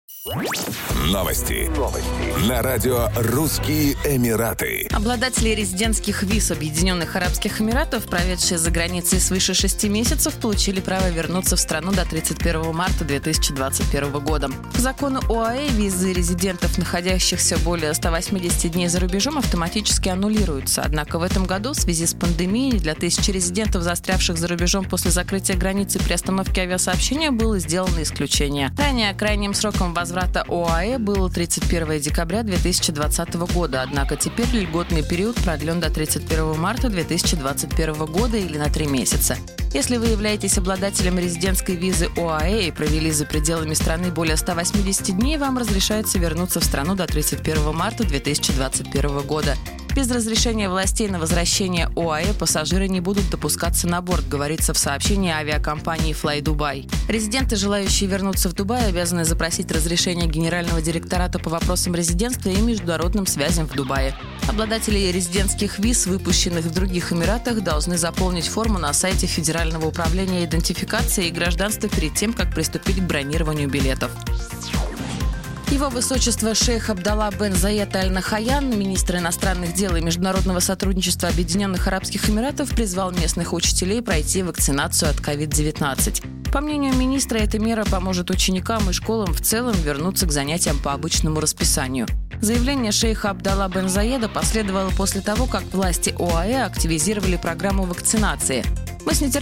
Новости. На радио «Русские Эмираты». Обладатели резидентских виз Объединенных Арабских Эмиратов, проведшие за границей свыше 6 месяцев, получили право вернуться в страну до 31 марта 2021 года. По закону ОАЭ визы резидентов, находящихся более 180 дней за рубежом, автоматически аннулируются. Однако в этом году в связи с пандемией для тысячи резидентов, застрявших за рубежом после закрытия границы при остановке авиасообщения, было сделано исключение. Ранее крайним сроком возврата ОАЭ было 31 декабря 2020 года, однако теперь льготный период продлен до 31 марта 2021 года или на 3 месяца. Если вы являетесь обладателем резидентской визы ОАЭ и провели за пределами страны более 180 дней, вам разрешается вернуться в страну до 31 марта 2021 года. Без разрешения властей на возвращение ОАЭ пассажиры не будут допускаться на борт, говорится в сообщении авиакомпании FlyDubai. Резиденты, желающие вернуться в Дубай, обязаны запросить разрешение Генерального директората по вопросам резидентства и международным связям в Дубае. Обладатели резидентских виз, выпущенных в других Эмиратах, должны заполнить форму на сайте Федерального управления идентификации и гражданства перед тем, как приступить к бронированию билетов. Его высочество шейх Абдалла бен Заед Аль Нахаян, министр иностранных дел и международного сотрудничества Объединенных Арабских Эмиратов, призвал местных учителей пройти вакцинацию от COVID-19. По мнению министра, эта мера поможет ученикам и школам в целом вернуться к занятиям по обычному расписанию. Заявление шейха Абдалла бен Заеда последовало после того, как власти ОАЭ активизировали программу вакцинации. Мы с нетерпением